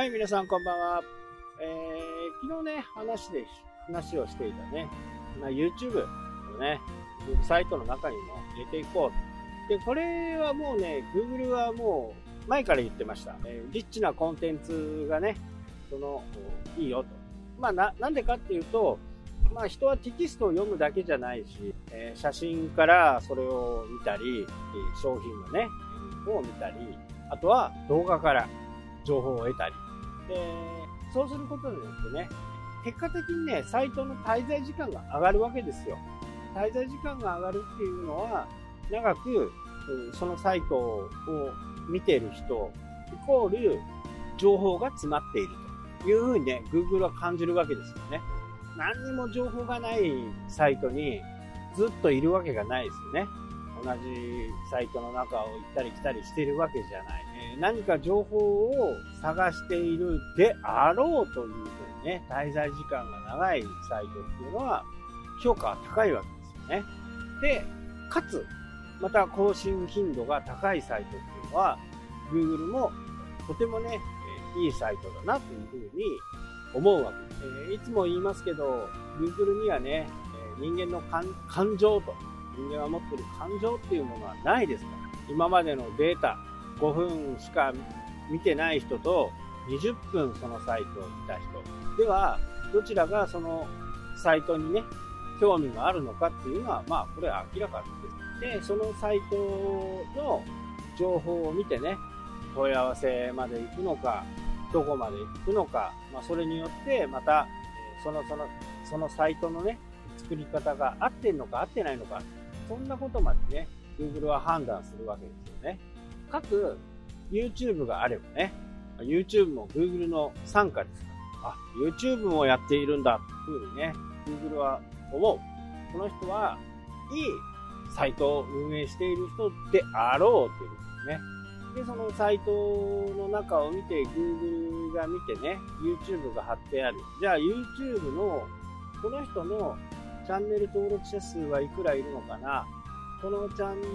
はい、皆さんこんばんは。昨日ね、話をしていたね、YouTube のね、サイトの中にも入れていこう。で、これはもうね、Google はもう前から言ってました。リッチなコンテンツがね、いいよと。なんでかっていうと、人はテキストを読むだけじゃないし、写真からそれを見たり、商品のね、を見たり、あとは動画から情報を得たり。そうすることによってね、結果的にね、サイトの滞在時間が上がるわけですよ。滞在時間が上がるっていうのは、長くそのサイトを見ている人、イコール情報が詰まっているというふうにね、Google は感じるわけですよね。何にも情報がないサイトにずっといるわけがないですよね。同じサイトの中を行ったり来たりしているわけじゃない。何か情報を探しているであろうというふうにね、滞在時間が長いサイトっていうのは評価が高いわけですよね。で、かつ、また更新頻度が高いサイトっていうのは Google もとてもね、いいサイトだなというふうに思うわけです。いつも言いますけど、Google にはね、人間の感情と、人間が持っている感情っていうものはないですから、今までのデータ、5分しか見てない人と20分そのサイトを見た人では、どちらがそのサイトにね、興味があるのかっていうのは、これは明らかです。で、そのサイトの情報を見てね、問い合わせまで行くのか、どこまで行くのか、それによってまた、そのサイトのね、作り方が合ってんのか合ってないのか、そんなことまでね、Google は判断するわけですよね。各 YouTube があればね、YouTube も Google の傘下ですから、YouTube もやっているんだというふうにね、Google は思う。この人はいいサイトを運営している人であろうということですね。で、そのサイトの中を見て、Google が見てね、YouTube が貼ってある。じゃあ YouTube の、この人のチャンネル登録者数はいくらいるのかな、この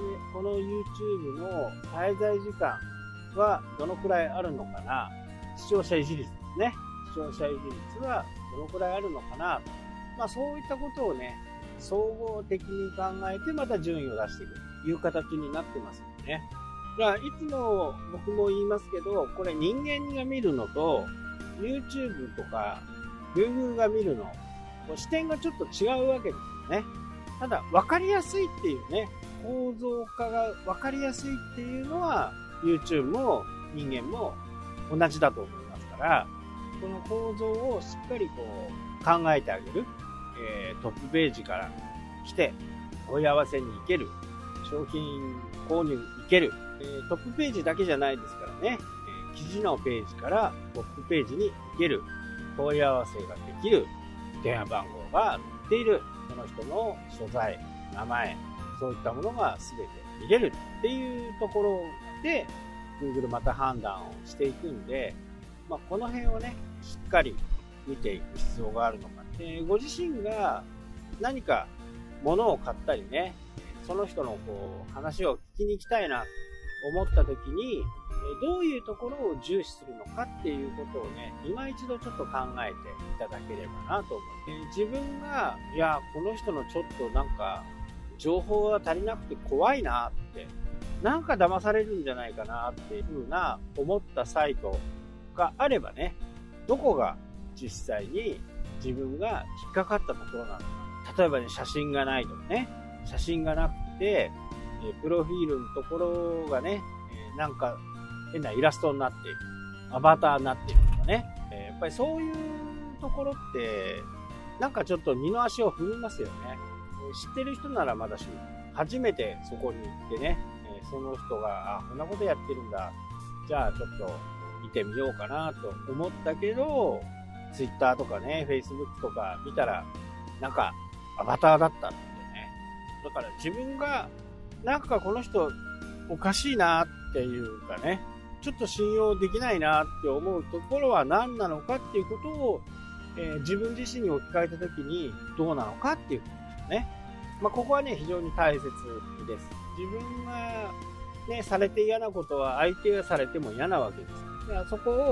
YouTube の滞在時間はどのくらいあるのかな、視聴者維持率ですね。視聴者維持率はどのくらいあるのかな、そういったことをね、総合的に考えてまた順位を出していくという形になってますよね。いつも僕も言いますけど、これ人間が見るのと YouTube とか Google が見るの、視点がちょっと違うわけですよね。ただ分かりやすいっていうね、構造化が分かりやすいっていうのは YouTube も人間も同じだと思いますから、この構造をしっかり考えてあげる、トップページから来て問い合わせに行ける、商品購入行ける、トップページだけじゃないですからね、記事のページからトップページに行ける、問い合わせができる、電話番号が載っている、その人の所在、名前、そういったものが全て見れるっていうところで Google また判断をしていくんで、この辺をね、しっかり見ていく必要があるのか。ご自身が何か物を買ったりね、その人の話を聞きに行きたいなと思った時に、どういうところを重視するのかっていうことをね、今一度ちょっと考えていただければなと思う。自分が、この人のちょっと情報が足りなくて怖いなって、騙されるんじゃないかなっていう風な思ったサイトがあればね、どこが実際に自分が引っかかったところなのか。例えばね、写真がないとかね、写真がなくて、プロフィールのところがね、変なイラストになっている、アバターになっているとかね、やっぱりそういうところってちょっと二の足を踏みますよね。知ってる人ならまだしも、初めてそこに行ってね、その人がこんなことやってるんだ、じゃあちょっと見てみようかなと思ったけど、Twitter とかね、Facebook とか見たらアバターだったんですよね。だから自分がこの人おかしいなっていうかね、ちょっと信用できないなって思うところは何なのかっていうことを、自分自身に置き換えた時にどうなのかっていうことですよね。ここはね、非常に大切です。自分がね、されて嫌なことは相手がされても嫌なわけです。そこを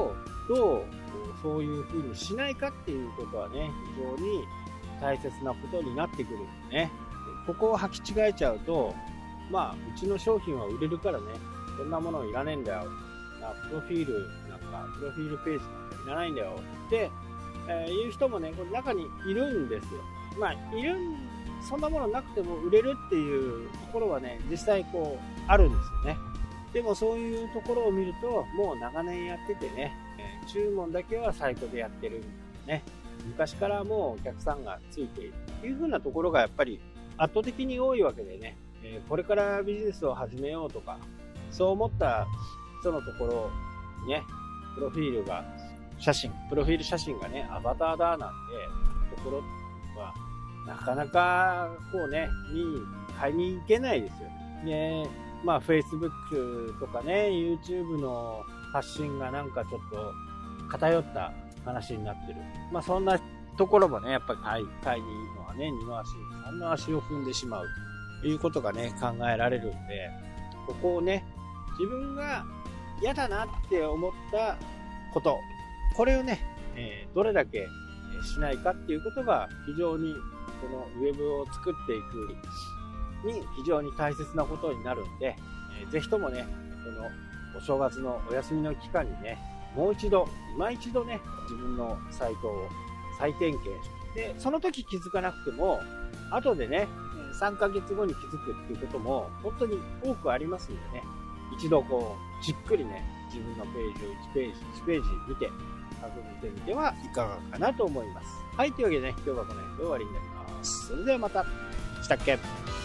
と、そういう風にしないかっていうことはね、非常に大切なことになってくるんでね。ここを履き違えちゃうと、うちの商品は売れるからね、そんなものいらねえんだよ。プロフィールページなんかいらないんだよって、いう人もね、これ中にいるんですよ。そんなものなくても売れるっていうところはね、実際あるんですよね。でもそういうところを見ると、もう長年やっててね、注文だけはサイトでやってるみたいなね、昔からもうお客さんがついているっていう風なところがやっぱり圧倒的に多いわけでね、これからビジネスを始めようとか、そう思った人のところにね、プロフィール写真がね、アバターだなんてところは、なかなか買いに行けないですよね。Facebook とかね、YouTube の発信がなんかちょっと偏った話になってる。そんなところもね、やっぱり買いに行くのはね、二の足、三の足を踏んでしまうということがね、考えられるんで、ここをね、自分が嫌だなって思ったこと、これをね、どれだけしないかっていうことが非常にこのウェブを作っていくに非常に大切なことになるんで、ぜひともね、このお正月のお休みの期間にね、今一度ね、自分のサイトを再点検して、その時気づかなくても、後でね、3ヶ月後に気づくっていうことも本当に多くありますんでね、一度じっくりね、自分のページを1ページ見て、確認してみてはいかがかなと思います。はい、というわけでね、今日はこの辺で終わりになります。それではまた。したっけ。